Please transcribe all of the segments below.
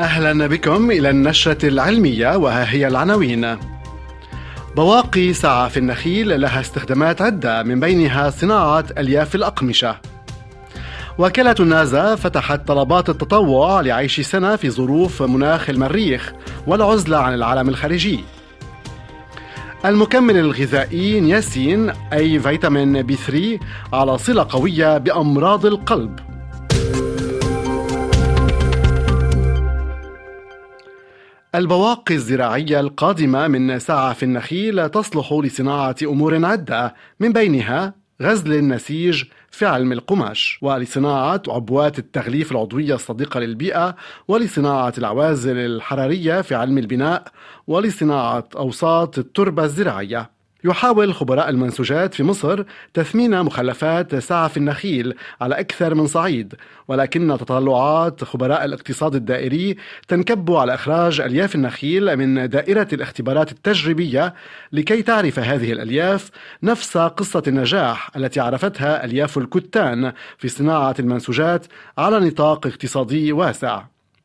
أهلا بكم إلى النشرة العلمية، وها هي العناوين. بواقي ساعة في النخيل لها استخدامات عدة، من بينها صناعة ألياف الأقمشة. وكالة النازا فتحت طلبات التطوع لعيش سنة في ظروف مناخ المريخ والعزلة عن العالم الخارجي. المكمل الغذائي نياسين أي فيتامين بي 3 على صلة قوية بأمراض القلب. البواقي الزراعية القادمة من ساعة في النخيل تصلح لصناعة أمور عدة، من بينها غزل النسيج في علم القماش، ولصناعة عبوات التغليف العضوية الصديقة للبيئة، ولصناعة العوازل الحرارية في علم البناء، ولصناعة أوساط التربة الزراعية. يحاول خبراء المنسوجات في مصر تثمين مخلفات ساعة في النخيل على أكثر من صعيد، ولكن تطلعات خبراء الاقتصاد الدائري تنكب على إخراج ألياف النخيل من دائرة الاختبارات التجريبية لكي تعرف هذه الألياف نفس قصة النجاح التي عرفتها ألياف الكتان في صناعة المنسوجات على نطاق اقتصادي واسع.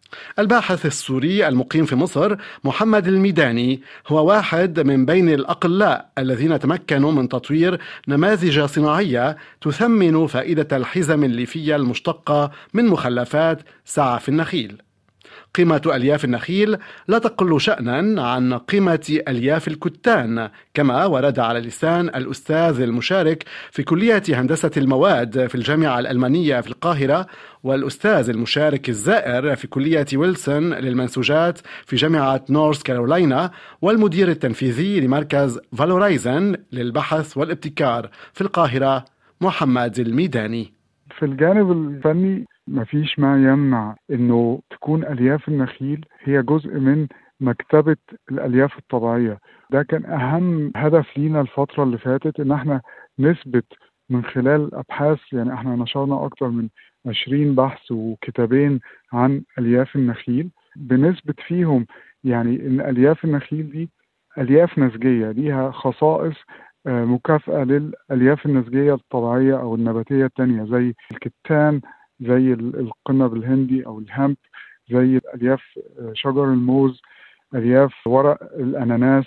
الباحث السوري المقيم في مصر محمد الميداني هو واحد من بين الأقلاء الذين تمكنوا من تطوير نماذج صناعية تثمن فائدة الحزم الليفية المشتقة من مخلفات ساعة في النخيل. قيمة ألياف النخيل لا تقل شأنا عن قيمة ألياف الكتان، كما ورد على لسان الأستاذ المشارك في كلية هندسة المواد في الجامعة الألمانية في القاهرة، والأستاذ المشارك الزائر في كلية ويلسون للمنسوجات في جامعة نورث كارولاينا، والمدير التنفيذي لمركز فالورايزن للبحث والابتكار في القاهرة محمد الميداني. في الجانب الفني مفيش ما يمنع انه تكون الياف النخيل هي جزء من مكتبة الالياف الطبيعية. ده كان اهم هدف لينا الفترة اللي فاتت، ان احنا نثبت من خلال ابحاث، يعني احنا نشرنا اكتر من 20 بحث وكتابين عن الياف النخيل، بنثبت فيهم يعني ان الياف النخيل دي الياف نسجية ليها خصائص مكافأة للألياف النسجية الطبيعية أو النباتية التانية، زي الكتان، زي القنب الهندي أو الهامب، زي ألياف شجر الموز، ألياف ورق الأناناس.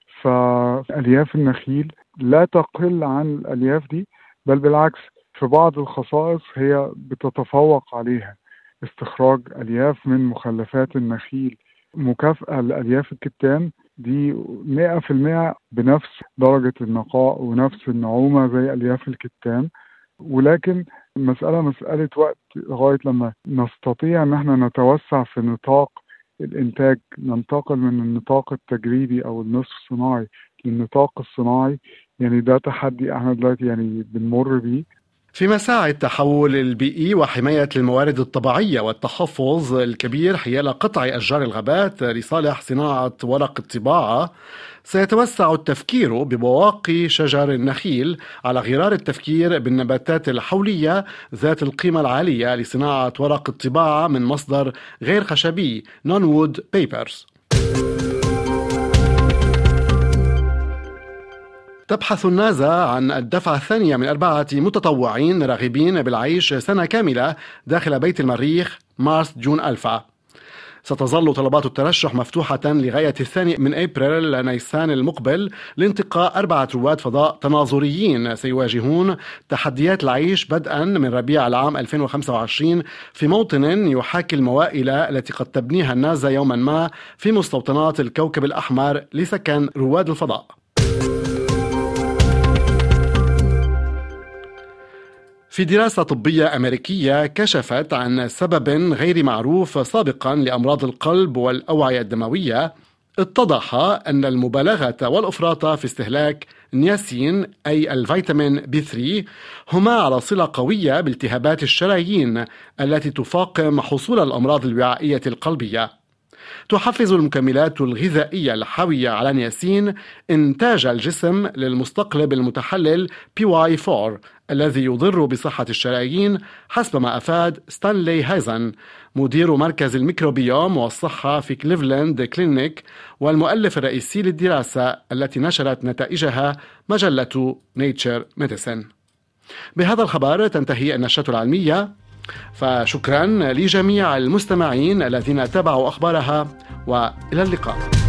فألياف النخيل لا تقل عن الألياف دي، بل بالعكس في بعض الخصائص هي بتتفوق عليها. استخراج ألياف من مخلفات النخيل مكافأة لألياف الكتان دي 100% بنفس درجة النقاء ونفس النعومة زي ألياف الكتان، ولكن مسألة وقت لغاية لما نستطيع أن احنا نتوسع في نطاق الإنتاج، ننتقل من النطاق التجريبي أو النصف الصناعي للنطاق الصناعي. يعني ده تحدي احنا دلوقتي يعني بنمر بيه. في مساعي التحول البيئي وحماية الموارد الطبيعية والتحفظ الكبير حيال قطع أشجار الغابات لصالح صناعة ورق الطباعة، سيتوسع التفكير ببواقي شجر النخيل على غرار التفكير بالنباتات الحولية ذات القيمة العالية لصناعة ورق الطباعة من مصدر غير خشبي non-wood papers. تبحث النازا عن الدفعة الثانية من 4 متطوعين راغبين بالعيش سنة كاملة داخل بيت المريخ مارس جون ألفا. ستظل طلبات الترشح مفتوحة لغاية 2 من أبريل نيسان المقبل لانتقاء 4 رواد فضاء تناظريين سيواجهون تحديات العيش بدءا من ربيع العام 2025 في موطن يحاكي الموائل التي قد تبنيها النازا يوما ما في مستوطنات الكوكب الأحمر لسكن رواد الفضاء. في دراسة طبية أمريكية كشفت عن سبب غير معروف سابقا لأمراض القلب والأوعية الدموية، اتضح أن المبالغة والإفراط في استهلاك نياسين أي الفيتامين بي 3 هما على صلة قوية بالتهابات الشرايين التي تفاقم حصول الأمراض الوعائية القلبية. تحفز المكملات الغذائية الحاوية على نياسين إنتاج الجسم للمستقلب المتحلل PY4 الذي يضر بصحة الشرايين، حسب ما أفاد ستانلي هايزن مدير مركز الميكروبيوم والصحة في كليفلاند كلينيك والمؤلف الرئيسي للدراسة التي نشرت نتائجها مجلة نيتشر ميديسن. بهذا الخبر تنتهي النشرة العلمية. فشكرا لجميع المستمعين الذين تابعوا أخبارها، وإلى اللقاء.